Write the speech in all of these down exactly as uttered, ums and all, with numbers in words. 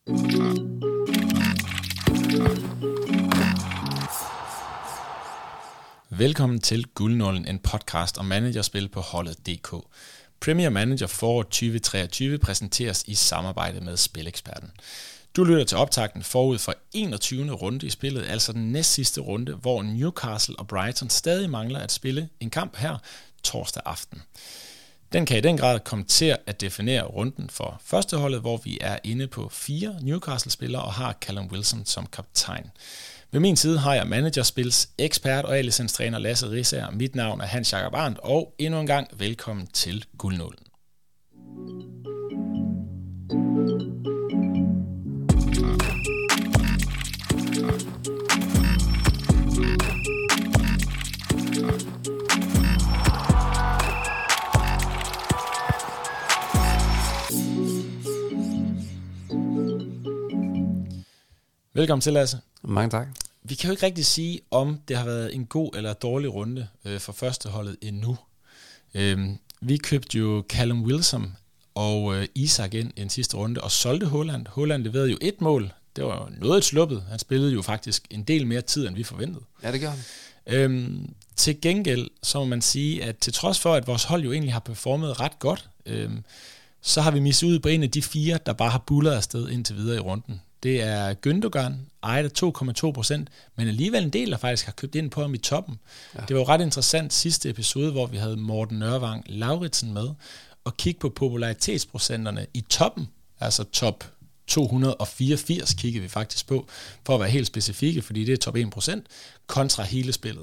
Velkommen til Guldnålen, en podcast om managerspil på holdet punktum d k. Premier Manager foråret tyve treogtyve præsenteres i samarbejde med Spileksperten. Du lytter til optakten forud for enogtyvende runde i spillet, altså den næst sidste runde, hvor Newcastle og Brighton stadig mangler at spille en kamp her torsdag aften. Den kan i den grad komme til at definere runden for førsteholdet, hvor vi er inde på fire Newcastle-spillere og har Callum Wilson som kaptajn. Ved min side har jeg managerspils ekspert og A-licenstræner Lasse Risager. Mit navn er Hans Jakob Arndt, og endnu en gang velkommen til Guldnålen. Velkommen til, Lasse. Mange tak. Vi kan jo ikke rigtig sige, om det har været en god eller dårlig runde øh, for førsteholdet endnu. Øhm, vi købte jo Callum Wilson og øh, Isak ind i en sidste runde og solgte Haaland. Haaland leverede jo et mål. Det var jo noget sluppet. Han spillede jo faktisk en del mere tid, end vi forventede. Ja, det gør han. Øhm, til gengæld, så må man sige, at til trods for, at vores hold jo egentlig har performet ret godt, øhm, så har vi misset ud på en af de fire, der bare har bullet afsted indtil videre i runden. Det er Gündogan, ejet af to komma to procent, men alligevel en del, der faktisk har købt ind på ham i toppen. Ja. Det var jo ret interessant sidste episode, hvor vi havde Morten Nørvang Lauritsen med, og kigge på popularitetsprocenterne i toppen, altså top to hundrede og fireogfirs kiggede vi faktisk på, for at være helt specifikke, fordi det er top en procent, kontra hele spillet.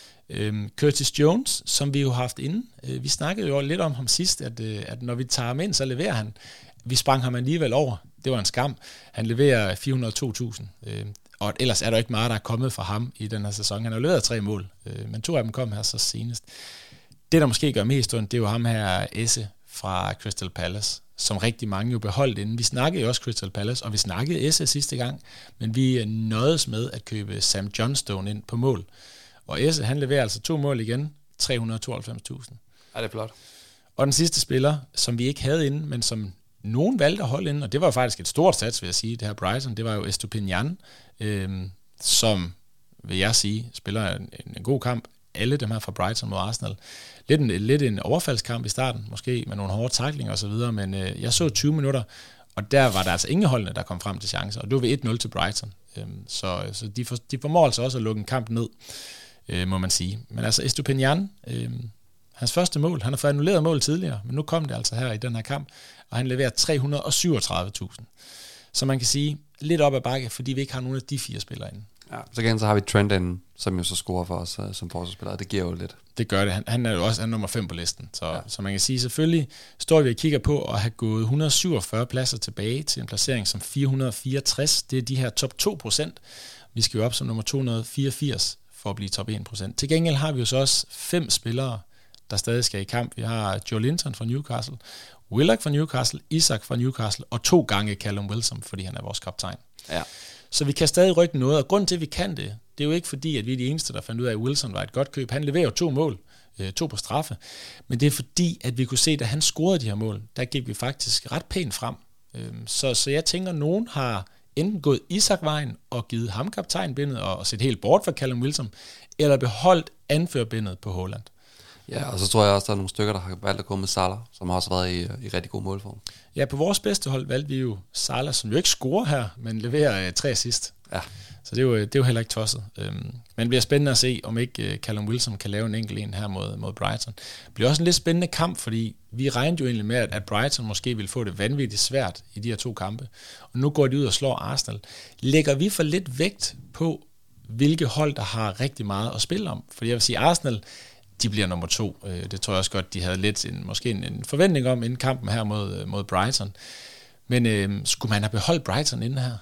Øhm, Curtis Jones, som vi jo har haft inde, øh, vi snakkede jo lidt om ham sidst, at, øh, at når vi tager ham ind, så leverer han. Vi sprang ham alligevel over. Det var en skam. Han leverer fire hundrede og to tusind. Øh, og ellers er der ikke meget, der er kommet fra ham i den her sæson. Han har leveret tre mål, øh, men to af dem kom her så senest. Det, der måske gør mest ondt, det er jo ham her, Esse fra Crystal Palace, som rigtig mange jo beholdt inden. Vi snakkede jo også Crystal Palace, og vi snakkede Esse sidste gang, men vi nåedes med at købe Sam Johnstone ind på mål. Og Esse, han leverer altså to mål igen, tre hundrede og tooghalvfems tusind. Ja, det er flot. Og den sidste spiller, som vi ikke havde inde, men som nogen valgte at holde inde, og det var faktisk et stort sats, vil jeg sige, det her Brighton, det var jo Estupiñán, øh, som, vil jeg sige, spiller en, en god kamp. Alle dem her fra Brighton mod Arsenal. Lidt en, lidt en overfaldskamp i starten, måske med nogle hårde tacklinger og så videre, men øh, jeg så tyve minutter, og der var der altså ingen holdene, der kom frem til chancer, og det var ved et nul til Brighton. Øh, så så de, for, de formår altså også at lukke en kamp ned, øh, må man sige. Men altså Estupiñán, øh, hans første mål, han har fået annulleret mål tidligere, men nu kom det altså her i den her kamp, og han leverer tre hundrede og syvogtredive tusind. Så man kan sige, lidt op ad bakke, fordi vi ikke har nogen af de fire spillere inde. Ja, så igen så har vi Trent inde, som jo så scorer for os uh, som forsvarsspiller, det giver jo lidt. Det gør det. Han, han er jo også han er nummer fem på listen. Så, ja. Så man kan sige, selvfølgelig står vi og kigger på at have gået et hundrede og syvogfyrre pladser tilbage til en placering som fire hundrede og fireogtres. Det er de her top to procent. Vi skal jo op som nummer to hundrede og fireogfirs for at blive top en procent. Til gengæld har vi jo så også fem spillere, der stadig skal i kamp. Vi har Joe Linton fra Newcastle, Willock fra Newcastle, Isak fra Newcastle, og to gange Callum Wilson, fordi han er vores kaptajn. Ja. Så vi kan stadig rykke noget, og grunden til, at vi kan det, det er jo ikke fordi, at vi er de eneste, der fandt ud af, at Wilson var et godt køb. Han leverer jo to mål, øh, to på straffe, men det er fordi, at vi kunne se, at han scorede de her mål, der gik vi faktisk ret pænt frem. Øh, så, så jeg tænker, at nogen har enten gået Isak-vejen og givet ham kaptajnbindet og set helt bort fra Callum Wilson, eller beholdt anførbindet på Haaland. Ja, og så tror jeg også, der er nogle stykker, der har valgt at gå med Salah, som har også været i, i rigtig god målform. Ja, på vores bedste hold valgte vi jo Salah, som jo ikke scorer her, men leverer øh, tre assist. Ja. Så det er, jo, det er jo heller ikke tosset. Øhm, men det bliver spændende at se, om ikke øh, Callum Wilson kan lave en enkelt en her mod, mod Brighton. Det bliver også en lidt spændende kamp, fordi vi regnede jo egentlig med, at Brighton måske ville få det vanvittigt svært i de her to kampe. Og nu går de ud og slår Arsenal. Lægger vi for lidt vægt på, hvilke hold, der har rigtig meget at spille om? For jeg vil sige, Arsenal, de bliver nummer to. Det tror jeg også godt, de havde lidt en, måske en, en forventning om inden kampen her mod, mod Brighton. Men øh, skulle man have beholdt Brighton inden her?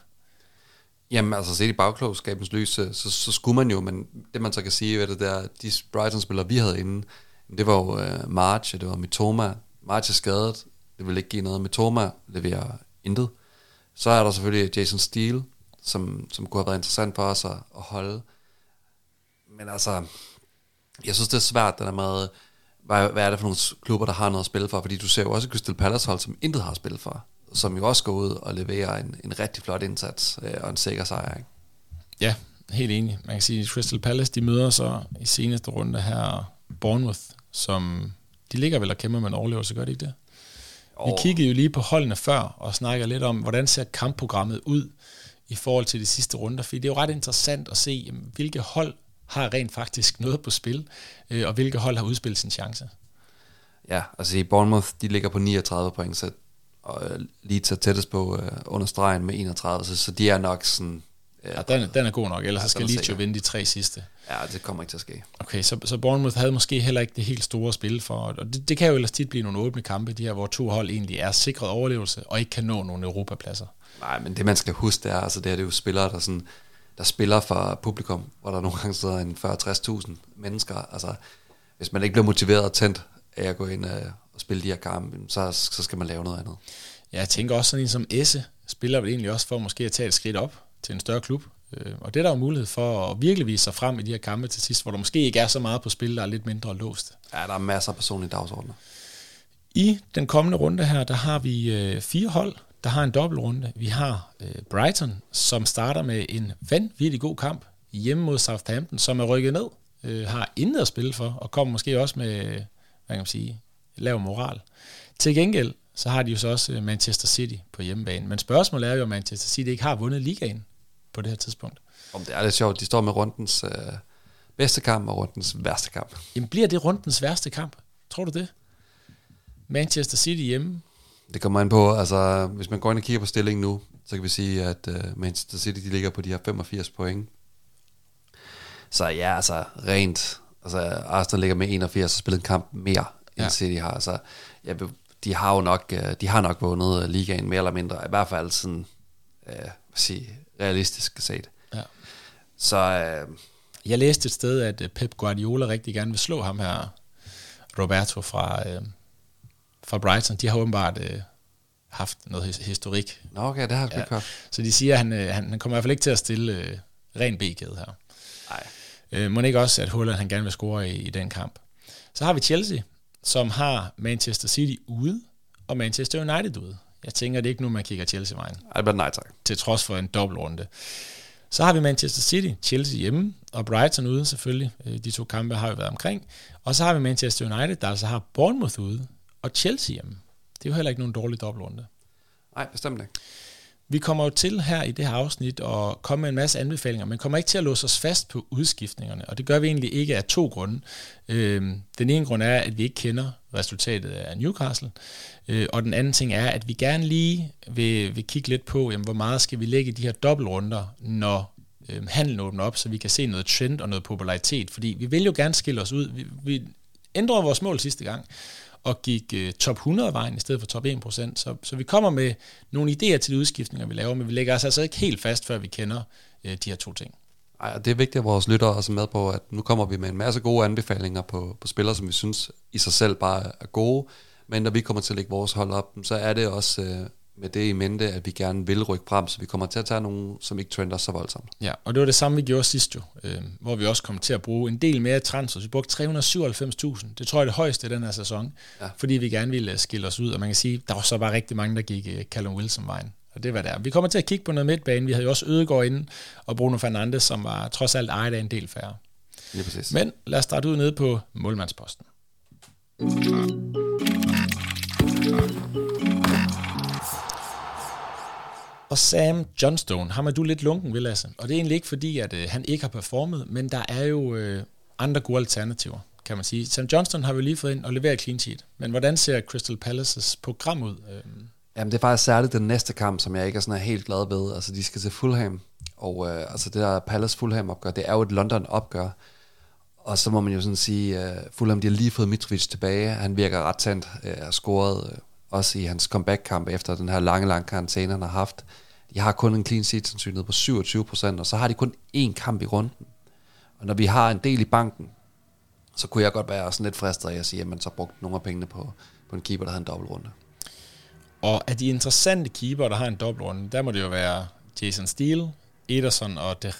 Jamen, altså set i bagklogskabens lys, så, så skulle man jo, men det man så kan sige, er det der, de Brighton-spillere, vi havde inde, det var jo uh, March, det var Mitoma. March er skadet, det vil ikke give noget. Mitoma leverer intet. Så er der selvfølgelig Jason Steele, som, som kunne have været interessant for os at, at holde. Men altså, jeg synes, det er svært, det der med, hvad, hvad er det for nogle klubber, der har noget at spille for? Fordi du ser jo også Crystal Palace hold, som intet har at spille for. som jo også går ud og leverer en, en rigtig flot indsats øh, og en sikker sejr. Ikke? Ja, helt enig. Man kan sige, at Crystal Palace, de møder så i seneste runde her Bournemouth, som de ligger vel og kæmper med en overlevelse, gør de ikke det? Oh. Vi kiggede jo lige på holdene før og snakker lidt om, hvordan ser kampprogrammet ud i forhold til de sidste runder, fordi det er jo ret interessant at se, jamen, hvilke hold har rent faktisk noget på spil, øh, og hvilke hold har udspillet sin chance. Ja, altså i Bournemouth, de ligger på niogtredive point, så, og Leeds er tættest på øh, under stregen med enogtredive, så, så de er nok sådan... Øh, ja, den, den er god nok, ellers ja, så skal Leeds jo vinde de tre sidste. Ja, det kommer ikke til at ske. Okay, så, så Bournemouth havde måske heller ikke det helt store spil for, og det, det kan jo ellers tit blive nogle åbne kampe, de her, hvor to hold egentlig er sikret overlevelse, og ikke kan nå nogle europapladser. Nej, men det man skal huske, det er, altså det er det jo spillere, der, sådan, der spiller for publikum, hvor der nogle gange sidder en fyrre til tres tusind mennesker. Altså, hvis man ikke bliver motiveret og tændt af at gå ind og, og spille de her kampe, så, så skal man lave noget andet. Ja, jeg tænker også sådan en som Esse, spiller vel egentlig også for måske at tage et skridt op til en større klub. Og det er der jo mulighed for at virkelig vise sig frem i de her kampe til sidst, hvor der måske ikke er så meget på spil, der er lidt mindre låst. Ja, der er masser af personlige dagsordner. I den kommende runde her, der har vi øh, fire hold, der har en dobbeltrunde. Vi har øh, Brighton, som starter med en vanvittig god kamp hjemme mod Southampton, som er rykket ned, øh, har intet at spille for, og kommer måske også med, hvad kan man sige, lav moral. Til gengæld, så har de jo så også Manchester City på hjemmebane. Men spørgsmålet er jo, om Manchester City ikke har vundet ligaen på det her tidspunkt. Om det er lidt sjovt, de står med rundens øh, bedste kamp og rundens værste kamp. Jamen bliver det rundens værste kamp? Tror du det? Manchester City hjemme? Det kommer an på, altså hvis man går ind og kigger på stillingen nu, så kan vi sige, at uh, Manchester City, de ligger på de her femogfirs point. Så ja, altså rent, altså Arsenal ligger med enogfirs og spillet en kamp mere, end ja. City har. Altså, ja, de har jo nok, de har nok vundet ligaen mere eller mindre, i hvert fald sådan, uh, hvad sige, realistisk set. Ja. Så uh, jeg læste et sted, at Pep Guardiola rigtig gerne vil slå ham her, Roberto fra... Uh, fra Brighton. De har åbenbart øh, haft noget historik. Nå, okay, det har jeg sgu ikke hørt. Så de siger, at han, øh, han, han kommer i hvert fald ikke til at stille øh, ren B-kæde her. Nej. Øh, må ikke også, at Haaland han gerne vil score i, i den kamp. Så har vi Chelsea, som har Manchester City ude, og Manchester United ude. Jeg tænker, det er ikke nu, man kigger Chelsea-vejen. Ej, det nej tak. Til trods for en dobbeltrunde. Så har vi Manchester City, Chelsea hjemme, og Brighton ude selvfølgelig. De to kampe har vi været omkring. Og så har vi Manchester United, der altså har Bournemouth ude, og Chelsea hjemme. Det er jo heller ikke nogen dårlig dobbeltrunde. Nej, bestemt ikke. Vi kommer jo til her i det her afsnit og komme med en masse anbefalinger, men kommer ikke til at låse os fast på udskiftningerne, og det gør vi egentlig ikke af to grunde. Øh, den ene grund er, at vi ikke kender resultatet af Newcastle, øh, og den anden ting er, at vi gerne lige vil, vil kigge lidt på, jamen, hvor meget skal vi lægge i de her dobbeltrunder, når øh, handlen åbner op, så vi kan se noget trend og noget popularitet, fordi vi vil jo gerne skille os ud. Vi, vi ændrede vores mål sidste gang, og gik uh, top hundrede-vejen i stedet for top en procent. Så, så vi kommer med nogle idéer til de udskiftninger, vi laver, men vi lægger os altså ikke helt fast, før vi kender uh, de her to ting. Ej, og det er vigtigt, at vores lyttere også er med på, at nu kommer vi med en masse gode anbefalinger på, på spillere, som vi synes i sig selv bare er gode, men når vi kommer til at lægge vores hold op, så er det også uh, med det i mente, at vi gerne vil rykke frem, så vi kommer til at tage nogen, som ikke trender så voldsomt. Ja, og det var det samme, vi gjorde sidst jo, øh, hvor vi også kom til at bruge en del mere transfer. Vi brugte tre hundrede og syvoghalvfems tusind. Det tror jeg er det højeste i den her sæson, ja. Fordi vi gerne ville skille os ud, og man kan sige, der var så bare rigtig mange, der gik uh, Callum Wilson-vejen. Og det var der. Vi kommer til at kigge på noget midtbane. Vi havde jo også Ødegaard inde, og Bruno Fernandes, som var trods alt ejet af en del færre. Ja, præcis. Men lad os starte ud nede på målmandsposten. Og Sam Johnstone, ham er du lidt lunken ved, Lasse. Og det er egentlig ikke fordi, at øh, han ikke har performet, men der er jo øh, andre gode alternativer, kan man sige. Sam Johnstone har vi lige fået ind og leveret clean sheet. Men hvordan ser Crystal Palaces program ud? Jamen det er faktisk særligt den næste kamp, som jeg ikke er sådan helt glad ved. Altså de skal til Fulham, og øh, altså det der Palace-Fulham opgør, det er jo et London-opgør. Og så må man jo sådan sige, uh, Fulham, de har lige fået Mitrovic tilbage. Han virker ret tændt, uh, har scoret uh, også i hans comeback-kamp efter den her lange, lange karantæne, han har haft. De har kun en clean sheet sandsynlighed på syvogtyve procent, og så har de kun én kamp i runden. Og når vi har en del i banken, så kunne jeg godt være sådan lidt fristet af at sige, at man så brugte nogle af pengene på, på en keeper, der havde en dobbeltrunde. Og af de interessante keeper, der har en dobbeltrunde, der må det jo være Jason Steele, Ederson og De Gea.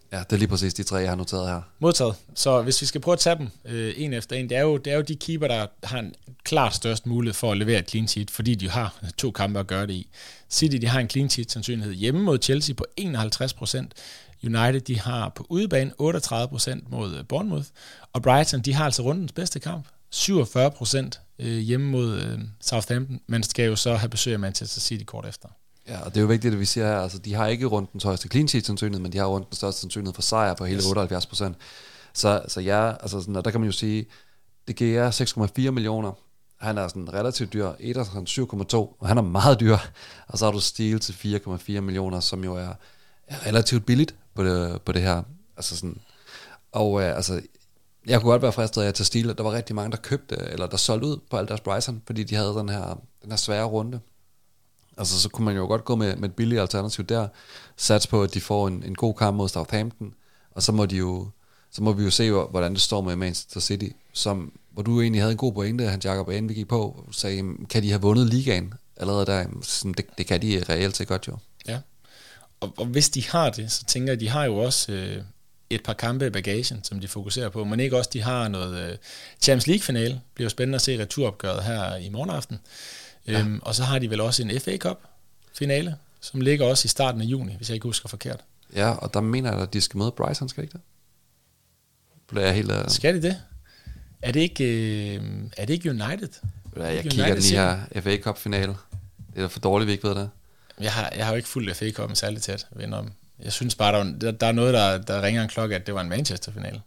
Ja, det er lige præcis de tre, jeg har noteret her. Modtaget. Så hvis vi skal prøve at tage dem øh, en efter en, det er, jo, det er jo de keeper, der har en klart størst mulighed for at levere et clean sheet, fordi de har to kampe at gøre det i. City, de har en clean sheet sandsynlighed hjemme mod Chelsea på enoghalvtreds procent. United, de har på udebane otteogtredive procent mod Bournemouth. Og Brighton, de har altså rundens bedste kamp. syvogfyrre procent øh, hjemme mod øh, Southampton, men skal jo så have besøg af Manchester City kort efter. Ja, og det er jo vigtigt, at vi siger her, altså de har ikke rundens højeste clean sheet sandsynlighed, men de har rundens største sandsynlighed for sejr på hele yes. otteoghalvfjerds procent. Så, så ja, altså sådan, og der kan man jo sige, det giver seks komma fire millioner. Han er sådan relativt dyr. Ederson syv komma to, og han er meget dyr. Og så har du Steele til fire komma fire millioner, som jo er, er relativt billigt på det, på det her. Altså sådan, og øh, altså, jeg kunne godt være fristet af at tage Steele. Der var rigtig mange, der købte, eller der solgte ud på alt deres Brighton, fordi de havde den her, den her svære runde. Altså, så kunne man jo godt gå med, med et billigt alternativ der, sats på, at de får en, en god kamp mod Southampton, og så må de jo, så må vi jo se, hvordan det står med Manchester City, som, hvor du egentlig havde en god pointe, Hans Jakob og vi gik på, sagde, kan de have vundet ligaen allerede der? Sådan, det, det kan de reelt set godt jo. Ja, og, og hvis de har det, så tænker jeg, at de har jo også øh, et par kampe i bagagen, som de fokuserer på, men ikke også, de har noget øh, Champions League-finale, det bliver jo spændende at se returopgøret her i morgen aften. Ja. Øhm, og så har de vel også en F A Cup finale, som ligger også i starten af juni, hvis jeg ikke husker forkert. Ja, og der mener jeg, at de skal møde Brighton, skal ikke det? Bliver jeg helt, uh... Skal de det? Er det ikke, øh, er det ikke United? Ja, jeg United kigger den i her F A Cup finale. Det er for dårligt, vi ikke ved det. Jeg har, jeg har jo ikke fulgt F A Cup'en særligt tæt. Jeg synes bare, der, der er noget, der, der ringer en klokke, at det var en Manchester-finale.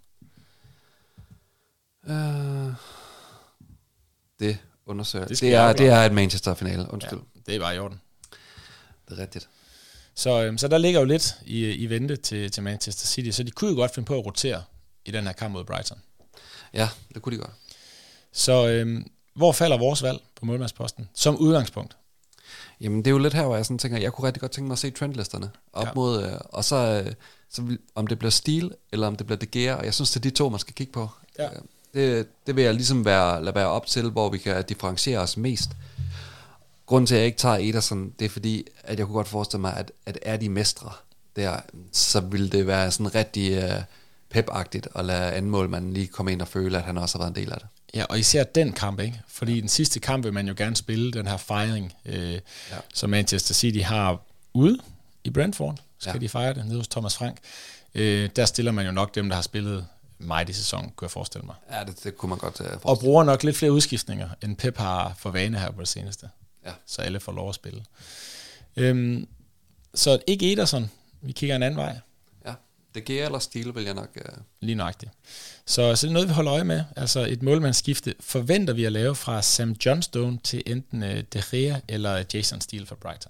Uh... Det undersøger. Det, det, er, det er et Manchester-finale, undskyld. Ja, det er bare i orden. Det er rigtigt. Så, øhm, så der ligger jo lidt i, i vente til, til Manchester City, så de kunne jo godt finde på at rotere i den her kamp mod Brighton. Ja, det kunne de godt. Så øhm, hvor falder vores valg på målmandsposten som udgangspunkt? Jamen det er jo lidt her, hvor jeg sådan tænker, jeg kunne rigtig godt tænke mig at se trendlisterne op ja. mod, øh, og så, øh, så om det bliver Steele, eller om det bliver De Gea, og jeg synes, det er de to, man skal kigge på. Ja. Det, det vil jeg ligesom være, lade være op til, hvor vi kan differentiere os mest. Grunden til, at jeg ikke tager Ederson, det er fordi, at jeg kunne godt forestille mig, at, at er de mestre der, så ville det være sådan rigtig uh, pep-agtigt at lade anden målmand lige komme ind og føle, at han også har været en del af det. Ja, og især den kamp, ikke? Fordi ja. den sidste kamp vil man jo gerne spille, den her fejring, øh, ja. som Manchester City har ude i Brentford. Skal ja. de fejre det nede hos Thomas Frank. Øh, der stiller man jo nok dem, der har spillet meget i sæsonen, kunne jeg forestille mig. Ja, det, det kunne man godt uh, forestille. Og bruger nok lidt flere udskiftninger, end Pep har for vane her på det seneste. Ja. Så alle får lov at spille. Øhm, så ikke Ederson. Vi kigger en anden vej. Ja, De Gea eller Steele vil jeg nok... Uh... Lige nøjagtigt. Så, så det er noget, vi holder øje med. Altså et målmandsskifte forventer vi at lave fra Sam Johnstone til enten uh, De Gea eller Jason Steele for Brighton.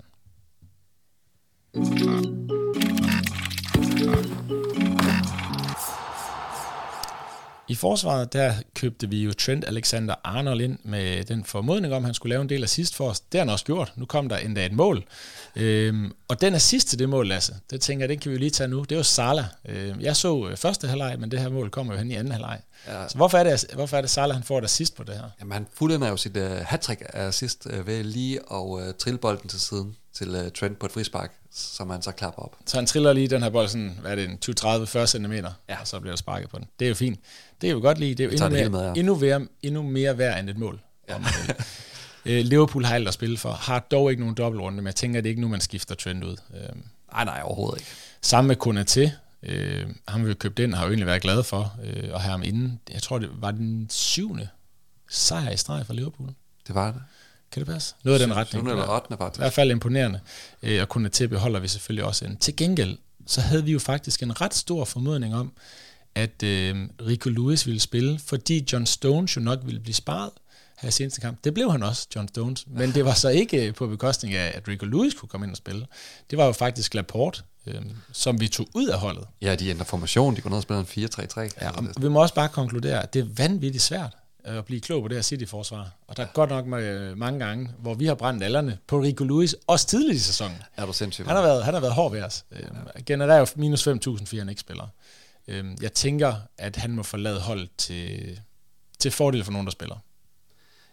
I forsvaret, der købte vi jo Trent Alexander-Arnold ind med den formodning om, at han skulle lave en del assist for os. Det har han også gjort. Nu kom der endda et mål. Øhm, og den assist til det mål, Lasse, det tænker jeg, den kan vi jo lige tage nu. Det var Salah. Øhm, jeg så første halvleg, men det her mål kommer jo hen i anden halvleg. Ja. Så hvorfor er, det, hvorfor er det Salah, han får et assist på det her? Jamen, han fuldender jo sit uh, hat-trick af assist uh, ved lige at uh, trille bolden til siden til uh, Trent på et frispark, som han så klapper op. Så han triller lige den her bold sådan, hvad er det, tyve tredive fyrre centimeter, ja. Og så bliver der sparket på den. Det er jo fint. Det er jo godt lige. Det er jo endnu mere, med, ja. endnu, mere, endnu mere værd end et mål. Ja. Om, øh, Liverpool har alt at spille for. Har dog ikke nogen dobbeltrunde, men jeg tænker, at det ikke nu, man skifter Trent ud. Øh, nej, nej, overhovedet ikke. Sammen med Konaté. Øh, ham vi jo købt ind, har jo egentlig været glad for øh, at have ham inden. Jeg tror, det var den syvende sejr i streg for Liverpool. Det var det. Kan det passe? Noget af den retning. syvende eller ottende faktisk. I hvert fald imponerende. Øh, og Konaté beholder vi selvfølgelig også en. Til gengæld, så havde vi jo faktisk en ret stor formodning om, at øh, Rico Lewis ville spille, fordi John Stones jo nok ville blive sparet her i seneste kamp. Det blev han også, John Stones. Men det var så ikke på bekostning af, at Rico Lewis kunne komme ind og spille. Det var jo faktisk Laporte, øh, som vi tog ud af holdet. Ja, de ændrer formation. De går ned og spiller en fire tre tre. Ja, og vi må også bare konkludere, at det er vanvittigt svært at blive klog på det her City-forsvar. Og der er godt nok med mange gange, hvor vi har brændt alderne på Rico Lewis, også tidligt i sæsonen. Er du sindssygt? Han har været, han har været hård ved os. Ja. Genererer jo minus fem tusind, fordi han ikke spiller. Jeg tænker, at han må forlade holdet til, til fordel for nogen, der spiller.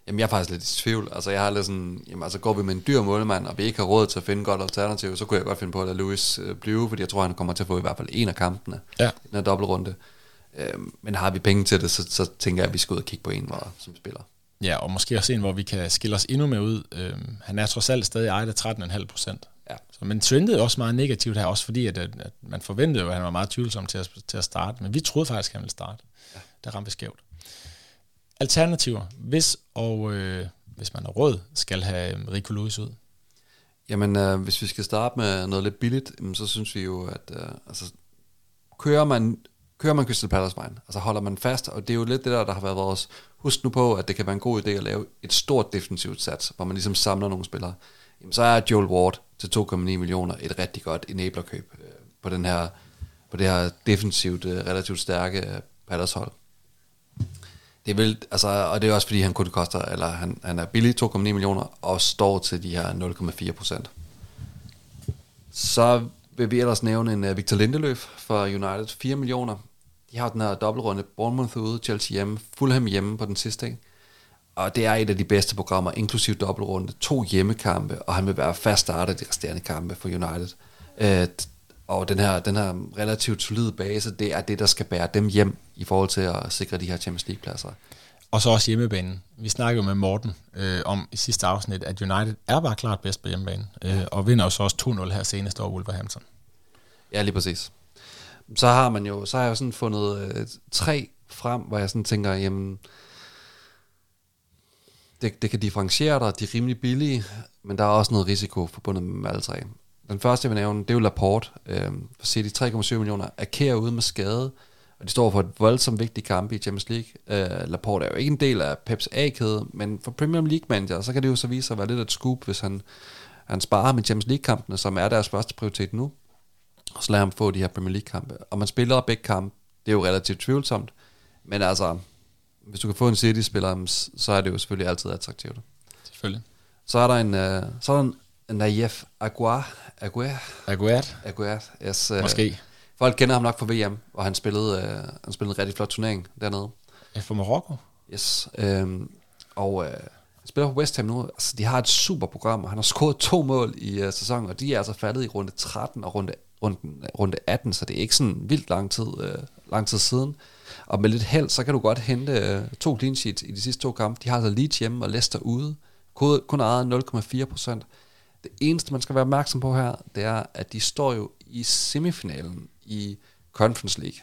Jamen, jeg er faktisk lidt i tvivl. Altså, jeg har lidt sådan, jamen, altså, går vi med en dyr målmand, og vi ikke har råd til at finde et godt alternativ, så kunne jeg godt finde på at lade Lewis øh, blive, fordi jeg tror, han kommer til at få i hvert fald en af kampene ja. i den her dobbeltrunde. Øh, men har vi penge til det, så, så tænker jeg, at vi skal ud og kigge på en, hvor, som spiller. Ja, og måske også en, hvor vi kan skille os endnu mere ud. Øh, han er trods alt stadig ejet af tretten komma fem procent. Ja. Så man trendede også meget negativt her, også fordi, at, at man forventede jo, at han var meget tvivlsom til at, til at starte. Men vi troede faktisk, at han ville starte. Ja. Der ramte vi skævt. Alternativer. Hvis og øh, hvis man har råd, skal have Rico Lewis ud. Jamen, øh, hvis vi skal starte med noget lidt billigt, så synes vi jo, at øh, altså, kører man kører man Crystal Palace vejen, altså holder man fast, og det er jo lidt det der, der har været vores. Husk nu på, at det kan være en god idé at lave et stort defensivt sats, hvor man ligesom samler nogle spillere. Jamen, så er Joel Ward til to komma ni millioner et rigtig godt enablerkøb øh, på den her på det her defensivt øh, relativt stærke øh, Palace hold. Det vil, altså, og det er også fordi han kun koster, eller han, han er billig, to komma ni millioner, og står til de her nul komma fire procent. Så vil vi ellers nævne en uh, Victor Lindeløf for United, fire millioner. De har den her dobbeltrunde, Bournemouth ude, Chelsea hjemme, Fulham hjemme på den sidste, ikke? Og det er et af de bedste programmer, inklusiv dobbeltrunde, to hjemmekampe, og han vil være fast starter de resterende kampe for United. Uh, og den her, den her relativt solide base, det er det, der skal bære dem hjem i forhold til at sikre de her Champions League-pladser. Og så også hjemmebanen. Vi snakkede jo med Morten øh, om i sidste afsnit, at United er bare klart bedst på hjemmebane, øh, og vinder jo så også to nul her senest over Wolverhampton. Ja, lige præcis. Så har man jo, så har jeg jo sådan fundet øh, tre frem, hvor jeg sådan tænker, jamen, det, det kan differentiere dig, de er rimelig billige, men der er også noget risiko forbundet med alle tre. Den første, jeg vil nævne, det er jo Laporte, øh, for City, tre komma syv millioner, Akea ude med skade, og de står for et voldsomt vigtigt kamp i Champions League. Øh, Laporte er jo ikke en del af Peps A-kæde, men for Premier League manager, så kan det jo så vise sig at være lidt af et scoop, hvis han, han sparer med Champions League-kampene, som er deres første prioritet nu, og så lader ham få de her Premier League-kampe. Og man spiller begge kampe, det er jo relativt tvivlsomt, men altså, hvis du kan få en City-spiller, så er det jo selvfølgelig altid attraktivt. Selvfølgelig. Så er der en, øh, så er der en Nayef Aguiar, Aguiar, Aguiar, Aguiar, yes, øh, måske. Folk kender ham nok fra V M, og han spillede, øh, han spillede en rigtig flot turnering dernede. Ja, for Marokko? Yes, øhm, og øh, han spiller på West Ham nu. Altså, de har et super program, og han har scoret to mål i øh, sæsonen, og de er altså faldet i runde tretten og runde, runde, runde atten, så det er ikke sådan vildt lang tid, øh, lang tid siden. Og med lidt held, så kan du godt hente øh, to clean sheets i de sidste to kampe. De har altså Leeds hjemme og Leicester ude. Kun, kun ejet nul komma fire procent. Det eneste, man skal være opmærksom på her, det er, at de står jo i semifinalen i Conference League.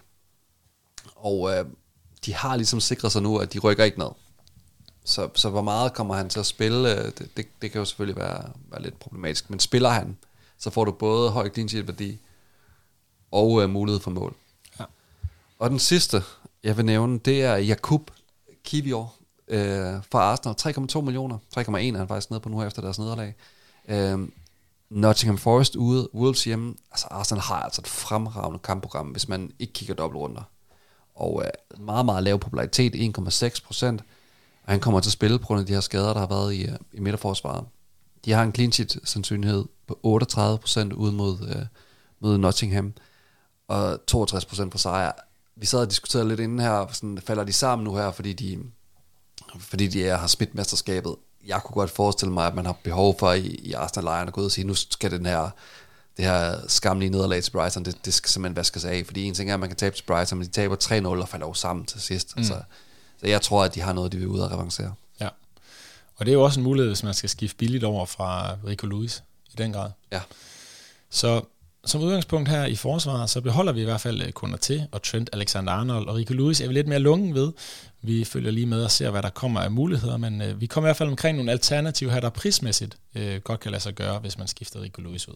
Og øh, de har ligesom sikret sig nu, at de rykker ikke ned. Så, så hvor meget kommer han til at spille, det, det, det kan jo selvfølgelig være, være lidt problematisk. Men spiller han, så får du både høj clean sheet værdi og øh, mulighed for mål. Ja. Og den sidste, jeg vil nævne, det er Jakub Kivior øh, fra Arsenal. tre komma to millioner. tre komma en er han faktisk nede på nu efter deres nederlag. Øh, Nottingham Forest ude, Wolves hjemme. Altså Arsenal har altså et fremragende kampprogram, hvis man ikke kigger dobbeltrunder. Og øh, meget, meget lav popularitet, en komma seks procent. Og han kommer til at spille på grund af de her skader, der har været i, i midterforsvaret. De har en clean sheet sandsynlighed på otteogtredive procent ude mod, øh, mod Nottingham, og toogtres procent for sejr. Vi sad og diskuterede lidt inden her, sådan, falder de sammen nu her, fordi de, fordi de er, har smidt mesterskabet. Jeg kunne godt forestille mig, at man har behov for i, i Arsenal-lejren at gå ud og sige, nu skal den her, det her skamlige nederlag til Brighton, det, det skal simpelthen vaskes af. Fordi en ting er, at man kan tabe til Brighton, men de taber tre nul og falder over sammen til sidst. Mm. Altså, så jeg tror, at de har noget, de vil ud og revancere. Ja, og det er jo også en mulighed, hvis man skal skifte billigt over fra Rico Lewis i den grad. Ja. Så som udgangspunkt her i forsvaret, så beholder vi i hvert fald Konaté og Trent Alexander-Arnold, og Rico Lewis er vi lidt mere lungen ved. Vi følger lige med og ser, hvad der kommer af muligheder, men øh, vi kommer i hvert fald omkring nogle alternativer her, der prismæssigt øh, godt kan lade sig gøre, hvis man skifter Rico Lewis ud.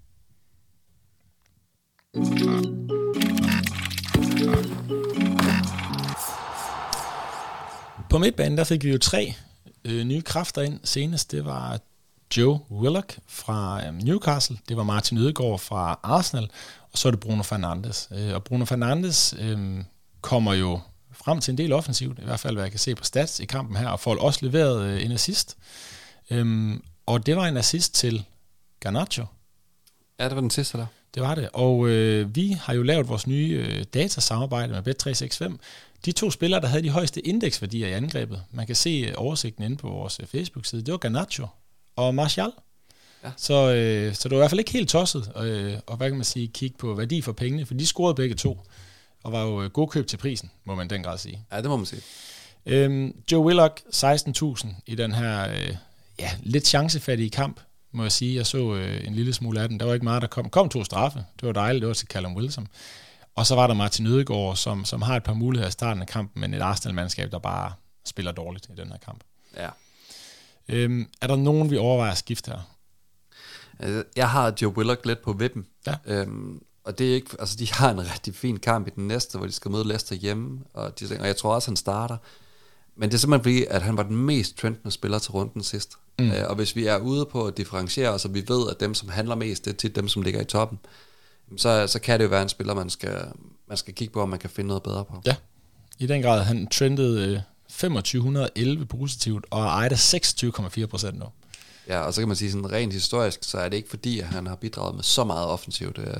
På midtbanen, der fik vi jo tre øh, nye kræfter ind. Senest, det var Joe Willock fra øh, Newcastle, det var Martin Ødegaard fra Arsenal, og så er det Bruno Fernandes. Øh, og Bruno Fernandes øh, kommer jo frem til en del offensivt, i hvert fald hvad jeg kan se på stats i kampen her, og får også leveret øh, en assist. Øhm, og det var en assist til Garnacho. Ja, det var den sidste der. Det var det, og øh, vi har jo lavet vores nye øh, datasamarbejde med Bet tre seks fem. De to spillere, der havde de højeste indeksværdier i angrebet, man kan se øh, oversigten inde på vores øh, Facebook-side, det var Garnacho og Martial. Ja. Så, øh, så det var i hvert fald ikke helt tosset, øh, og hvad kan man sige, kigge på værdi for pengene, for de scorede begge to, og var jo øh, god køb til prisen, må man den grad sige. Ja, det må man sige. Øhm, Joe Willock, seksten tusind i den her øh, ja, lidt chancefattige kamp, må jeg sige. Jeg så øh, en lille smule af den. Der var ikke meget, der kom. Kom to straffe. Det var dejligt. Det var til Callum Wilson. Og så var der Martin Ødegaard, som, som har et par muligheder i starten af kampen, men et Arsenal-mandskab, der bare spiller dårligt i den her kamp. Ja. Øhm, er der nogen, vi overvejer at skifte her? Jeg har Joe Willock lidt på vippen. Ja. Øhm, og det er ikke, altså de har en rigtig fin kamp i den næste, hvor de skal møde Leicester hjemme, og, de, og jeg tror også, han starter. Men det er simpelthen fordi, at han var den mest trendende spiller til runden sidst. Mm. Øh, og hvis vi er ude på at differentiere os, og vi ved, at dem, som handler mest, det er tit dem, som ligger i toppen, så, så kan det jo være en spiller, man skal, man skal kigge på, om man kan finde noget bedre på. Ja, i den grad. Han trendede øh, to tusind fem hundrede og elleve positivt, og ejer seksogtyve komma fire procent nu. Ja, og så kan man sige sådan rent historisk, så er det ikke fordi, at han har bidraget med så meget offensivt. Øh,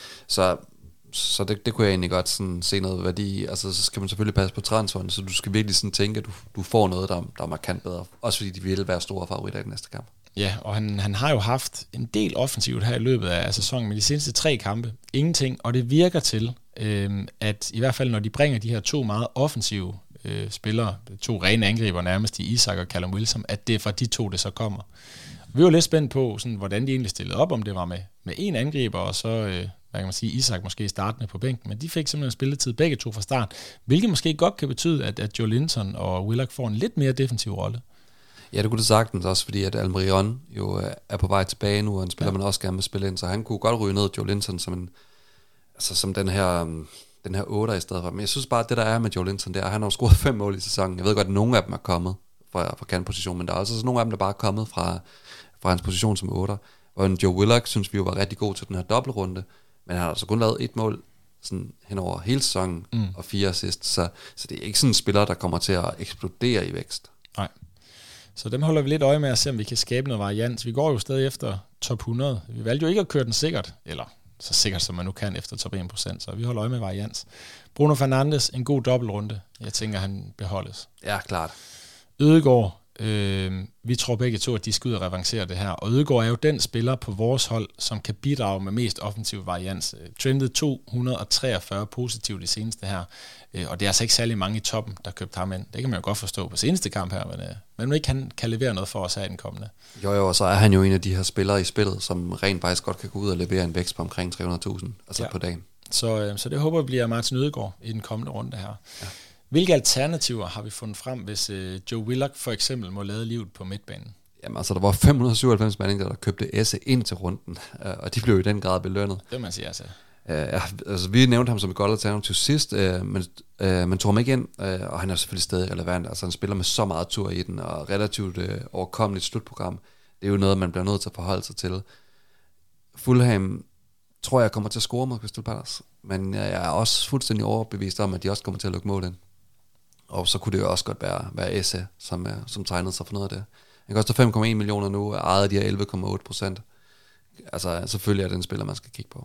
så så det, det kunne jeg egentlig godt sådan se noget værdi i. Altså, så skal man selvfølgelig passe på transferen, så du skal virkelig sådan tænke, at du, du får noget, der, der er markant bedre. Også fordi de vil være store favoritter i den næste kamp. Ja, og han, han har jo haft en del offensivt her i løbet af sæsonen, med de seneste tre kampe. Ingenting, og det virker til, øh, at i hvert fald når de bringer de her to meget offensive øh, spillere, to rene angriber nærmest i Isak og Callum Wilson, at det er fra de to, det så kommer. Vi var lidt spændt på, sådan, hvordan de egentlig stillede op, om det var med, med en angriber, og så, øh, hvad kan man sige, Isak måske startende på bænken, men de fik simpelthen spilletid begge to fra start, hvilket måske godt kan betyde, at, at Joe Linton og Willock får en lidt mere defensiv rolle. Ja, det kunne det sagtens også, fordi at Almiron jo er på vej tilbage nu, og en spiller, ja. Man også gerne vil spille ind, så han kunne godt ryge ned Joe Linton som en, altså som den her, den her otter i stedet for. Men jeg synes bare, at det der er med Joe Linton, det er, at han har scoret fem mål i sæsonen. Jeg ved godt, at nogle af dem er kommet fra, fra kantposition, men der er også sådan nogle af dem, der bare er kommet fra, fra hans position som otter. Og en Joe Willock synes vi jo var rigtig god til den her dobbeltrunde, men han har altså kun lavet et mål sådan hen over hele sæsonen, mm. og fire assist, så, så det er ikke sådan en spiller, der kommer til at eksplodere i vækst. Nej. Så dem holder vi lidt øje med at se, om vi kan skabe noget variant. Vi går jo stadig efter top hundrede. Vi valgte jo ikke at køre den sikkert, eller så sikkert som man nu kan efter top en procent, så vi holder øje med variant. Bruno Fernandes, en god dobbeltrunde. Jeg tænker, han beholdes. Ja, klart. Ødegaard, øh, vi tror begge to, at de skal ud og revancere det her. Og Ødegaard er jo den spiller på vores hold, som kan bidrage med mest offensiv varians. Trendede to hundrede og treogfyrre positivt i seneste her. Og det er altså ikke særlig mange i toppen, der købte ham ind. Det kan man jo godt forstå på seneste kamp her, men øh, man ikke kan, kan levere noget for os her i den kommende. Jo jo, og så er han jo en af de her spillere i spillet, som rent faktisk godt kan gå ud og levere en vækst på omkring tre hundrede tusind altså ja. På dagen. Så, øh, så det håber vi bliver Martin Ødegaard i den kommende runde her. Ja. Hvilke alternativer har vi fundet frem, hvis øh, Joe Willock for eksempel må lade livet på midtbanen? Jamen altså, der var fem hundrede og syvoghalvfems mand, der købte Esse ind til runden, og de blev i den grad belønnet. Det man siger altså. Uh, altså, vi nævnte ham som et godt alternativ sidst, uh, men uh, man tog ham ikke ind, uh, og han er selvfølgelig stadig relevant. Altså, han spiller med så meget tur i den, og relativt uh, overkommeligt slutprogram. Det er jo noget, man bliver nødt til at forholde sig til. Fulham tror jeg kommer til at score mod Crystal Palace, men jeg er også fuldstændig overbevist om, at de også kommer til at lukke mål ind. Og så kunne det jo også godt være, være Esse, som, uh, som tegnede sig for noget af det. Han koster fem komma en millioner nu, og ejet de her elleve komma otte procent. Altså, selvfølgelig er det en spiller, man skal kigge på.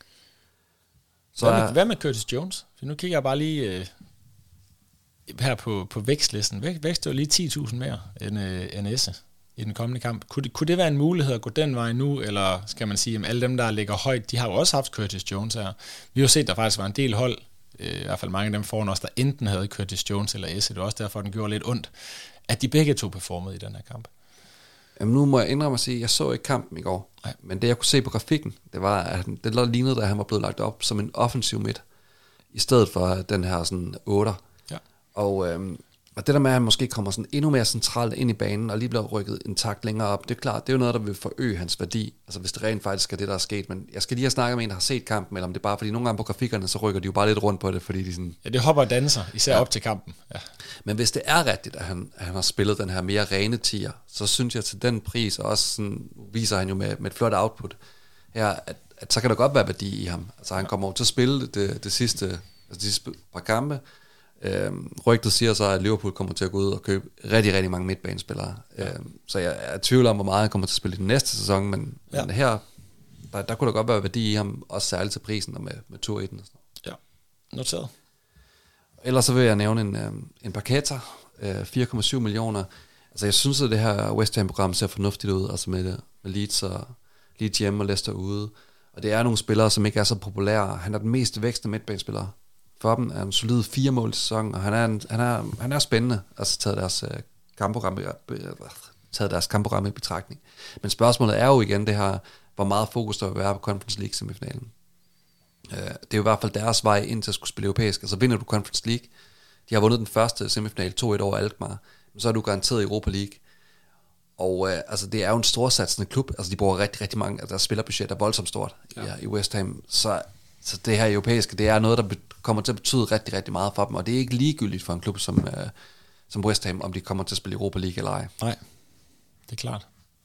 Så hvad, med, hvad med Curtis Jones? For nu kigger jeg bare lige øh, her på, på vækstlisten. Væk, vækst er jo lige ti tusind mere end, øh, end Esse i den kommende kamp. Kunne det, kunne det være en mulighed at gå den vej nu, eller skal man sige, at alle dem, der ligger højt, de har jo også haft Curtis Jones her. Vi har jo set, at der faktisk var en del hold, øh, i hvert fald mange af dem foran os, der enten havde Curtis Jones eller Esse. Det var også derfor, den gjorde lidt ondt, at de begge to performede i den her kamp. Jamen nu må jeg indrømme at sige, at jeg så ikke kampen i går. Nej. Men det jeg kunne se på grafikken, det var, at det lignede, at han var blevet lagt op som en offensiv midt, i stedet for den her sådan otter. Ja. Og, øhm, og det der med, at han måske kommer sådan endnu mere centralt ind i banen, og lige bliver rykket en takt længere op, det er klart, det er jo noget, der vil forøge hans værdi, altså hvis det rent faktisk er det, der er sket. Men jeg skal lige have snakket med en, der har set kampen, eller om det er bare, fordi nogle gange på grafikkerne, så rykker de jo bare lidt rundt på det, fordi de sådan... Ja, det hopper og danser, især ja. Op til kampen. Ja. Men hvis det er rigtigt, at han, at han har spillet den her mere rene tier, så synes jeg til den pris, og også sådan, viser han jo med, med et flot output her, at, at så kan der godt være værdi i ham. Altså han kommer over til at spille det, det sidste, altså de sidste par kampe. Øhm, rygtet siger så, at Liverpool kommer til at gå ud og købe rigtig, rigtig mange midtbanespillere. Ja. Øhm, så jeg er i tvivl om, hvor meget han kommer til at spille i den næste sæson, men, ja. men her der, der kunne der godt være værdi i ham, også særligt til prisen og med, med to et. Ja, noteret. Ellers så vil jeg nævne en, øh, en Paqueta, øh, fire komma syv millioner. Altså jeg synes, at det her West Ham-program ser fornuftigt ud, altså med, med Leeds, og, Leeds hjemme og Leicester ude. Og det er nogle spillere, som ikke er så populære. Han er den mest vækstende midtbanespiller for dem. Er en solid fire mål i sæsonen, og han er, en, han er, han er spændende, altså taget deres øh, kampprogram, taget deres kampprogram i betragtning. Men spørgsmålet er jo igen det her, hvor meget fokus der vil være på Conference League semifinalen. Uh, det er jo i hvert fald deres vej ind til at skulle spille europæisk. Altså vinder du Conference League, de har vundet den første semifinal to et over Alkmaar, så er du garanteret i Europa League. Og uh, altså, det er jo en storsatsende klub. Altså de bruger rigtig, rigtig mange, altså deres spillerbudget er voldsomt stort ja. Ja, i West Ham. Så, så det her europæiske, det er noget, der be- kommer til at betyde rigtig, rigtig meget for dem. Og det er ikke ligegyldigt for en klub som, uh, som West Ham, om de kommer til at spille Europa League eller ej. Nej, det er klart.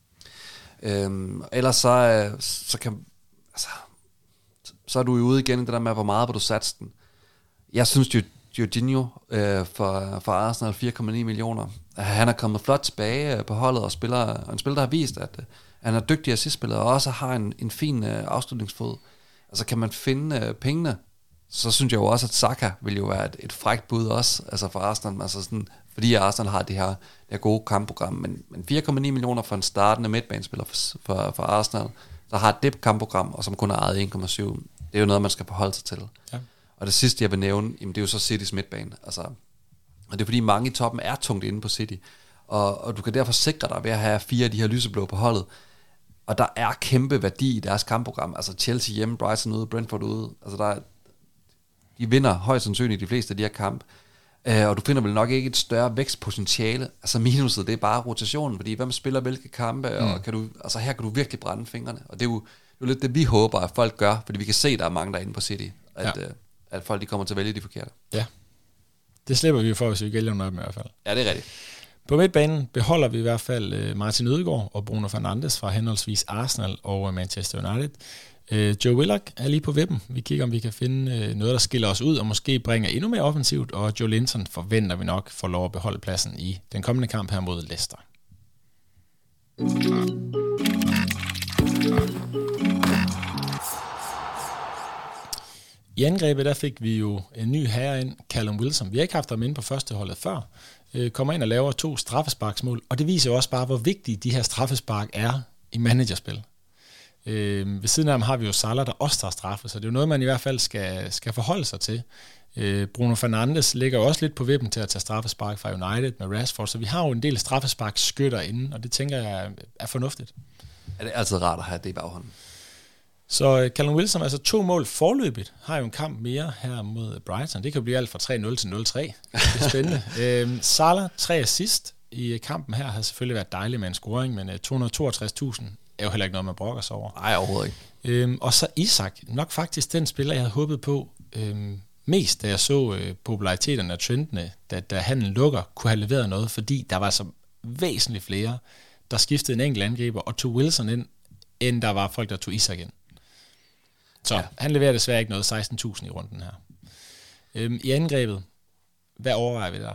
Øhm, ellers så, så kan altså, så er du jo ude igen i det der med, hvor meget vil du satse den. Jeg synes jo, Jorginho øh, for, for Arsenal fire komma ni millioner. Han er kommet flot tilbage på holdet og spiller, og en spiller, der har vist, at øh, han er dygtig assistspiller og også har en, en fin øh, afslutningsfod. Altså kan man finde øh, pengene, så synes jeg jo også, at Saka vil jo være et, et frækt bud også, altså for Arsenal, altså sådan, fordi Arsenal har det her, det her gode kampprogram, men, men fire komma ni millioner for en startende midtbanespiller for, for, for Arsenal, der har det kampprogram, og som kun har ejet en komma syv, det er jo noget, man skal forholde sig til. Ja. Og det sidste, jeg vil nævne, jamen, det er jo så Citys midtbane, altså, og det er fordi mange i toppen er tungt inde på City, og, og du kan derfor sikre dig ved at have fire af de her lyseblå på holdet, og der er kæmpe værdi i deres kampprogram, altså Chelsea hjemme, Brighton ude, Brentford ude, altså der er, de vinder højst sandsynligt de fleste af de her kamp, uh, og du finder vel nok ikke et større vækstpotentiale. Altså minuset, det er bare rotationen, fordi hvem spiller hvilke kampe, mm. og kan du, altså her kan du virkelig brænde fingrene, og det er jo, det er jo lidt det, vi håber, at folk gør, fordi vi kan se, at der er mange derinde på City, at, ja. uh, at folk de kommer til at vælge de forkerte. Ja, det slipper vi jo for, hvis vi gælder noget med i hvert fald. Ja, det er rigtigt. På midtbanen beholder vi i hvert fald Martin Ødegaard og Bruno Fernandes fra henholdsvis Arsenal og Manchester United. Uh, Joe Willock er lige på vippen. Vi kigger, om vi kan finde uh, noget, der skiller os ud, og måske bringer endnu mere offensivt, og Joe Linton forventer vi nok får lov at beholde pladsen i den kommende kamp her mod Leicester. I angrebet der fik vi jo en ny herre ind, Callum Wilson. Vi har ikke haft ham inde på førsteholdet før. Uh, kommer ind og laver to straffesparksmål, og det viser jo også bare, hvor vigtige de her straffespark er i managerspil. Øh, ved siden af ham har vi jo Salah, der også tager straffe, så det er jo noget, man i hvert fald skal, skal forholde sig til. Øh, Bruno Fernandes ligger jo også lidt på vippen til at tage straffespark fra United med Rashford, så vi har jo en del straffesparkskytter inde, og det tænker jeg er fornuftigt. Er det altid rart at have det i baghånden? Så Callum Wilson, altså to mål forløbigt, har jo en kamp mere her mod Brighton. Det kan blive alt fra tre nul til nul tre. Det er spændende. øh, Salah, tre assist i kampen her, har selvfølgelig været dejligt med en scoring, men to hundrede og toogtres tusind er jo heller ikke noget, man brokker sig over. Nej, overhovedet ikke. Øhm, og så Isak, nok faktisk den spiller, jeg havde håbet på øhm, mest, da jeg så øh, populariteten af trendene, da, da handlen lukker, kunne have leveret noget, fordi der var så væsentligt flere, der skiftede en enkelt angriber og tog Wilson ind, end der var folk, der tog Isak ind. Så ja. Han leverer desværre ikke noget, seksten tusind i runden her. Øhm, I angrebet, hvad overvejer vi der?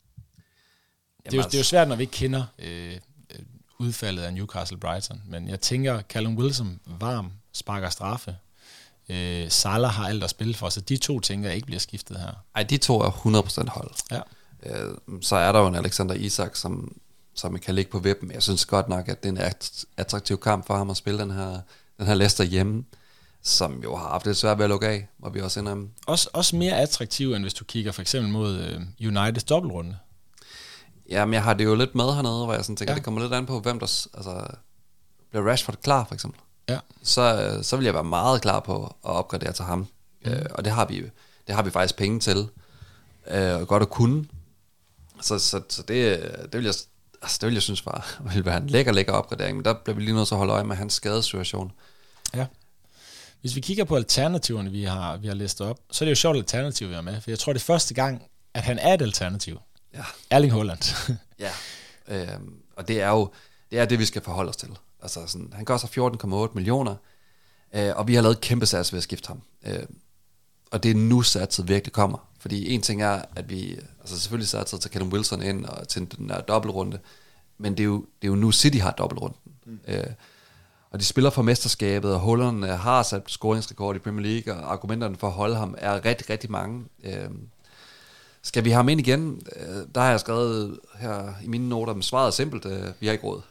Det er, jo, det er jo svært, når vi ikke kender øh, udfaldet af Newcastle Brighton, men jeg tænker, Callum Wilson varm, sparker straffe. Øh, Salah har alt at spille for, så de to tænker jeg ikke bliver skiftet her. Ej, de to er hundrede procent hold. Ja. Øh, så er der jo en Alexander Isak, som, som kan ligge på vippen. Jeg synes godt nok, at det er en attraktiv kamp for ham at spille den her, den her Leicester hjemme, som jo har haft det svært ved at lukke af, hvor vi også ender ham. Også, også mere attraktiv, end hvis du kigger for eksempel mod øh, Uniteds dobbeltrunde. Jamen, jeg har det jo lidt med hernede, hvor jeg sådan tænker, ja. Det kommer lidt an på, hvem der... Altså, bliver Rashford klar, for eksempel? Ja. Så, så vil jeg være meget klar på at opgradere til ham. Mm. Øh, og det har vi det har vi faktisk penge til. Øh, og godt at kunne. Så, så, så det, det, vil jeg, altså, det vil jeg synes var, vil være en lækker, lækker opgradering. Men der bliver vi lige nødt til at holde øje med hans skadessituation. Ja. Hvis vi kigger på alternativerne, vi har, vi har listet op, så er det jo sjovt alternativ, vi har med. For jeg tror, det er første gang, at han er et alternativ. Ja. Erling Haaland. Ja, øh, og det er jo det, er det, vi skal forholde os til. Altså sådan, han koster fjorten komma otte millioner, øh, og vi har lavet kæmpe sats ved at skifte ham. Øh, og det er nu satset virkelig kommer. Fordi en ting er, at vi altså selvfølgelig satset til Callum Wilson ind og til den der dobbeltrunde, men det er jo, det er jo nu City har dobbeltrunden. Mm. Øh, og de spiller for mesterskabet, og Haaland har sat scoringsrekord i Premier League, og argumenterne for at holde ham er rigtig, rigtig mange. Øh, skal vi have ham ind igen? Øh, der har jeg skrevet her i mine noter, men svaret er simpelt, øh, vi har ikke råd.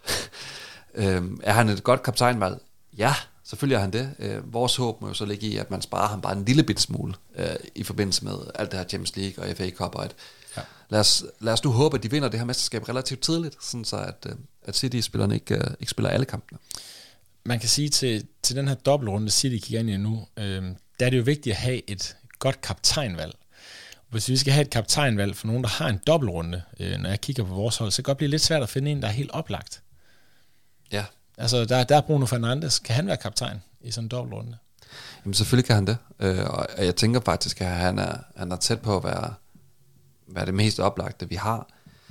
øh, er han et godt kaptajnvalg? Ja, selvfølgelig er han det. Øh, vores håb må jo så ligge i, at man sparer ham bare en lille bitte smule øh, i forbindelse med alt det her Champions League og F A Cup og et. Ja. Lad, os, lad os nu håbe, at de vinder det her mesterskab relativt tidligt, sådan så at, at City-spillerne ikke, uh, ikke spiller alle kampene. Man kan sige til, til den her dobbeltrunde, City kigger ind i nu, øh, der er det jo vigtigt at have et godt kaptajnvalg. Hvis vi skal have et kaptajnvalg for nogen, der har en dobbeltrunde, øh, når jeg kigger på vores hold, så kan det godt blive lidt svært at finde en, der er helt oplagt. Ja. Altså, der, der er Bruno Fernandes. Kan han være kaptajn i sådan en dobbeltrunde? Jamen, selvfølgelig kan han det. Øh, og jeg tænker faktisk, at han er, han er tæt på at være, være det mest oplagte, vi har.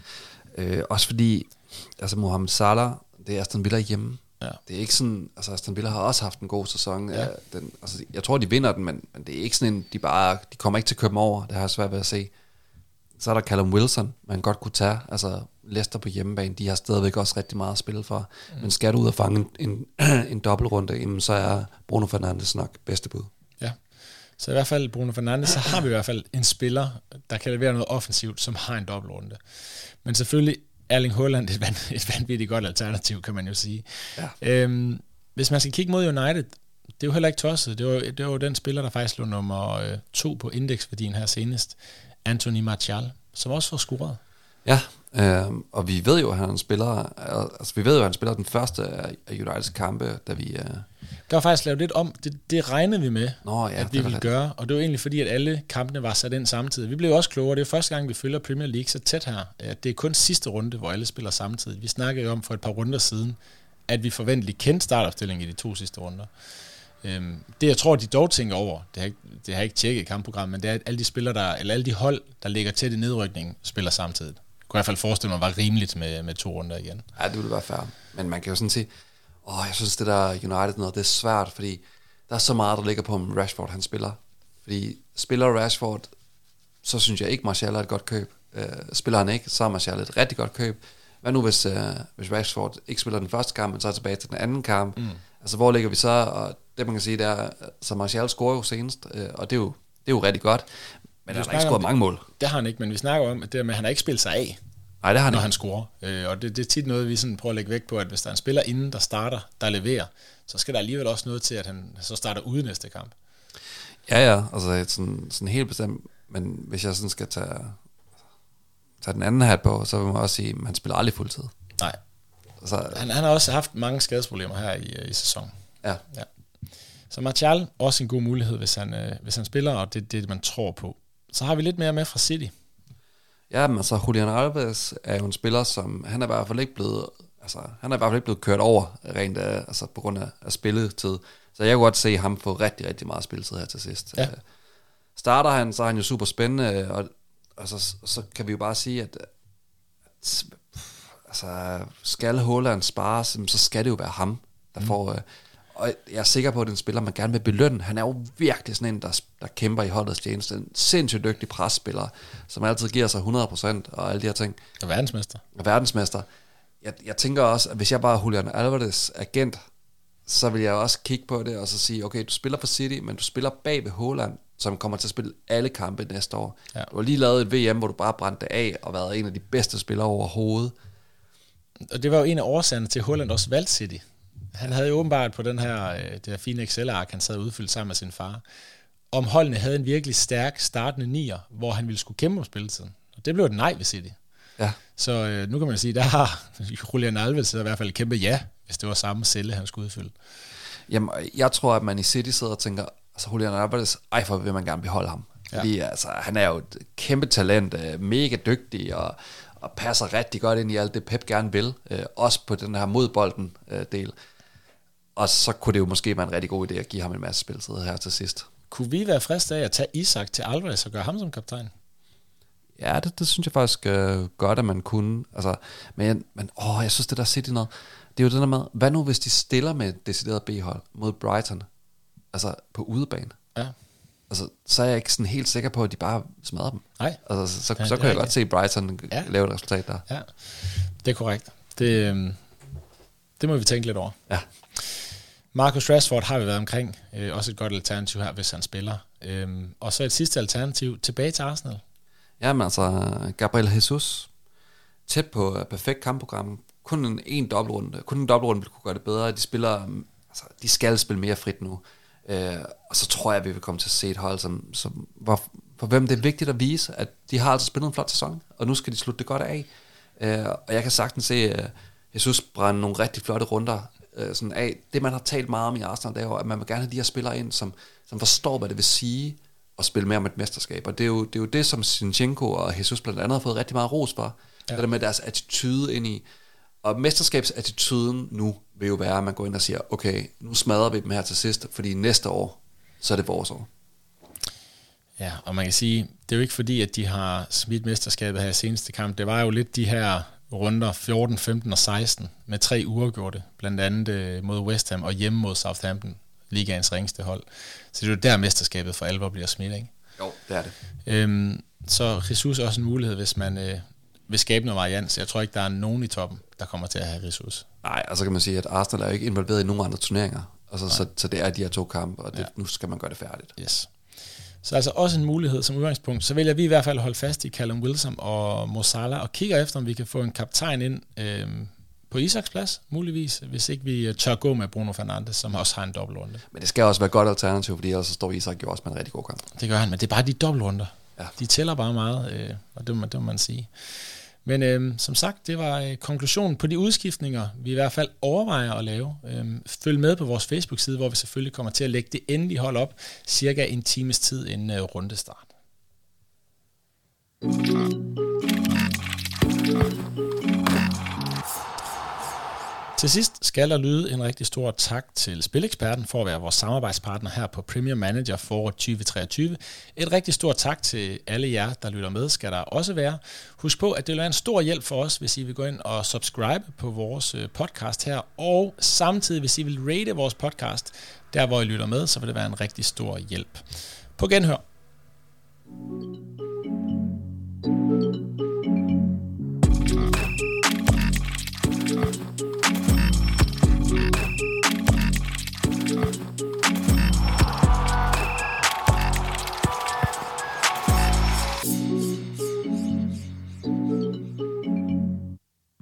Øh, også fordi, altså Mohamed Salah, det er Aston Villa hjemme. Ja. Det er ikke sådan, altså Aston Villa har også haft en god sæson. Ja. Den, altså, jeg tror, de vinder den, men, men det er ikke sådan en, de bare, de kommer ikke til at købe over. Det har jeg svært ved at se. Så er der Callum Wilson, man godt kunne tage. Altså Leicester på hjemmebane, de har stadigvæk også rigtig meget at spille for. Mm. Men skal du ud og fange en, en, en dobbeltrunde, jamen, så er Bruno Fernandes nok bedste bud. Ja, så i hvert fald Bruno Fernandes, så har vi i hvert fald en spiller, der kan levere noget offensivt, som har en dobbeltrunde. Men selvfølgelig Erling Haaland et, vand, et vanvittigt godt alternativ, kan man jo sige. Ja. Øhm, hvis man skal kigge mod United, det er jo heller ikke tosset. Det var, det var jo den spiller, der faktisk lå nummer øh, to på indeksværdien her senest. Anthony Martial, som også får scoret. Ja, øh, og vi ved jo, at han spiller, altså vi ved jo, at han spiller den første af Uniteds kampe, da vi... Øh... Der var faktisk lavet lidt om, det, det regnede vi med, Nå, ja, at vi ville det. gøre, og det var egentlig fordi, at alle kampene var sat ind samtidig. Vi blev også klogere, det er første gang, vi følger Premier League så tæt her, at det er kun sidste runde, hvor alle spiller samtidig. Vi snakkede jo om for et par runder siden, at vi forventeligt kendte startopstillingen i de to sidste runder. Øhm, det jeg tror, de dog tænker over, det har ikke, det har jeg ikke tjekket i kampprogrammet, men det er, at alle de spillere, der, eller alle de hold, der ligger tæt i nedrykningen, spiller samtidig. Jeg kunne i hvert fald forestille mig, var rimeligt med, med to runder igen. Ja, det ville være fair. Men man kan jo sådan sige, åh, jeg synes, det der United noget, det er svært, fordi der er så meget, der ligger på, om Rashford han spiller. Fordi spiller Rashford, så synes jeg ikke, Martial er et godt køb. Uh, spiller han ikke, så er Martial et rigtig godt køb. Hvad nu, hvis, uh, hvis Rashford ikke spiller den første kamp, men så er tilbage til den anden kamp? Mm. Altså, hvor ligger vi så? Og det, man kan sige, det er, så Martial scorer jo senest, uh, og det er jo, det er jo rigtig godt. Men han har ikke scoret mange mål. Det har han ikke, men vi snakker om, at det med, at han har ikke spillet sig af. Nej, det har han når ikke. han scorer. Øh, og det, det er tit noget, vi sådan prøver at lægge vægt på, at hvis der er en spiller inden, der starter, der leverer, så skal der alligevel også noget til, at han så starter ude næste kamp. Ja, ja, altså sådan, sådan helt bestemt. Men hvis jeg sådan skal tage, tage den anden hat på, så vil man også sige, at han spiller aldrig fuldtid. Nej. Altså, han, han har også haft mange skadesproblemer her i, i sæsonen. Ja. ja. Så Martial, også en god mulighed, hvis han, øh, hvis han spiller, og det er det, man tror på. Så har vi lidt mere med fra City. Ja, men altså Julian Alvarez er jo en spiller, som han er i hvert fald ikke blevet, altså han er i hvert fald ikke blevet kørt over rent af, altså på grund af, af spilletid. Så jeg kunne godt se ham få rigtig, rigtig meget spilletid her til sidst. Ja. Starter han, så er han jo super spændende, og, og så, så kan vi jo bare sige, at, at altså, skal Haaland spares, så skal det jo være ham, der mm. får... Og jeg er sikker på, at den spiller, man gerne vil belønne. Han er jo virkelig sådan en, der, der kæmper i holdets tjeneste. En sindssygt dygtig presspiller, som altid giver sig hundrede procent og alle de her ting. Og verdensmester. Og verdensmester. Jeg, jeg tænker også, at hvis jeg bare er Julian Alvarez agent, så vil jeg også kigge på det og så sige, okay, du spiller for City, men du spiller bag ved Haaland, som kommer til at spille alle kampe næste år. Ja. Du har lige lavet et V M, hvor du bare brændte det af og været en af de bedste spillere overhovedet. Og det var jo en af årsagerne til, at Haaland også valgte City. Han havde jo åbenbart på den her, det her fine Excel-ark, han sad udfyldt sammen med sin far, om holdene havde en virkelig stærk startende nier, hvor han ville skulle kæmpe om spilletiden. Og det blev et nej ved City. Ja. Så øh, nu kan man sige, der har Julian Alvarez i hvert fald kæmpe ja, hvis det var samme celle, han skulle udfylde. Jamen, jeg tror, at man i City sidder og tænker, altså Julian Alvarez, ej for vil man gerne beholde ham. Ja. Fordi altså, han er jo et kæmpe talent, mega dygtig, og, og passer rigtig godt ind i alt det, Pep gerne vil. Øh, også på den her modbolden øh, del. Og så kunne det jo måske være en rigtig god idé at give ham en masse spilletid her til sidst. Kunne vi være frist af at tage Isak til Alvarez og gøre ham som kaptajn? Ja, det, det synes jeg faktisk øh, godt, at man kunne. Altså, men, men åh, jeg synes, det der City noget, det er jo det der med, hvad nu hvis de stiller med et decideret B-hold mod Brighton, altså på udebane? Ja. Altså, så er jeg ikke sådan helt sikker på, at de bare smadrer dem. Nej. Altså, så, så, ja, så kan jeg godt se Brighton ja. lave et resultat der. Ja, det er korrekt. Det, øh, det må vi tænke lidt over. Ja. Marcus Rashford har vi været omkring. Øh, også et godt alternativ her, hvis han spiller. Øh, og så et sidste alternativ tilbage til Arsenal. Jamen altså, Gabriel Jesus, tæt på uh, perfekt kampprogram. Kun en, en dobbeltrunde. Kun en dobbeltrunde vil kunne gøre det bedre. De spiller, altså, de skal spille mere frit nu. Øh, og så tror jeg, at vi vil komme til at se et hold, som, som hvor, for hvem det er vigtigt at vise, at de har altså spillet en flot sæson, og nu skal de slutte det godt af. Øh, og jeg kan sagtens se uh, Jesus brænde nogle rigtig flotte runder uh, sådan af. Det, man har talt meget om i Arsenal, det er jo, at man vil gerne have de her spillere ind, som, som forstår, hvad det vil sige at spille mere med et mesterskab. Og det er jo det, er jo det som Zinchenko og Jesus blandt andet har fået rigtig meget ros for. Ja. Det der med deres attitude ind i. Og mesterskabsattituden nu vil jo være, at man går ind og siger, okay, nu smadrer vi dem her til sidst, fordi næste år, så er det vores år. Ja, og man kan sige, det er jo ikke fordi, at de har smidt mesterskabet her i seneste kamp. Det var jo lidt de her runder fjorten, femten og seksten med tre uafgjorte, blandt andet mod West Ham og hjemme mod Southampton, ligaens ringeste hold. Så det er jo der mesterskabet for alvor bliver smidt, ikke? Jo, det er det. Øhm, så Jesus er også en mulighed, hvis man øh, vil skabe noget varians. Jeg tror ikke, der er nogen i toppen, der kommer til at have Jesus. Nej, altså kan man sige, at Arsenal er jo ikke involveret i nogen andre turneringer. Altså, så, så det er de her to kampe, og det, ja. Nu skal man gøre det færdigt. Yes. Så altså også en mulighed som udgangspunkt. Så vælger vi i hvert fald at holde fast i Callum Wilson og Mo Salah, og kigger efter, om vi kan få en kaptajn ind øh, på Isaks plads, muligvis, hvis ikke vi tør gå med Bruno Fernandes, som også har en dobbeltrunde. Men det skal også være et godt alternativ, fordi ellers så står Isak jo også med en rigtig god kamp. Det gør han, men det er bare de dobbeltrunder. Ja. De tæller bare meget, øh, og det må, det må man sige. Men øh, som sagt, det var øh, konklusionen på de udskiftninger, vi i hvert fald overvejer at lave. Øh, følg med på vores Facebook-side, hvor vi selvfølgelig kommer til at lægge det endelige hold op, cirka en times tid inden øh, rundestart. Til sidst skal der lyde en rigtig stor tak til Spileksperten for at være vores samarbejdspartner her på Premier Manager foråret tyve treogtyve. Et rigtig stort tak til alle jer, der lytter med, skal der også være. Husk på, at det vil være en stor hjælp for os, hvis I vil gå ind og subscribe på vores podcast her, og samtidig, hvis I vil rate vores podcast, der hvor I lytter med, så vil det være en rigtig stor hjælp. På genhør.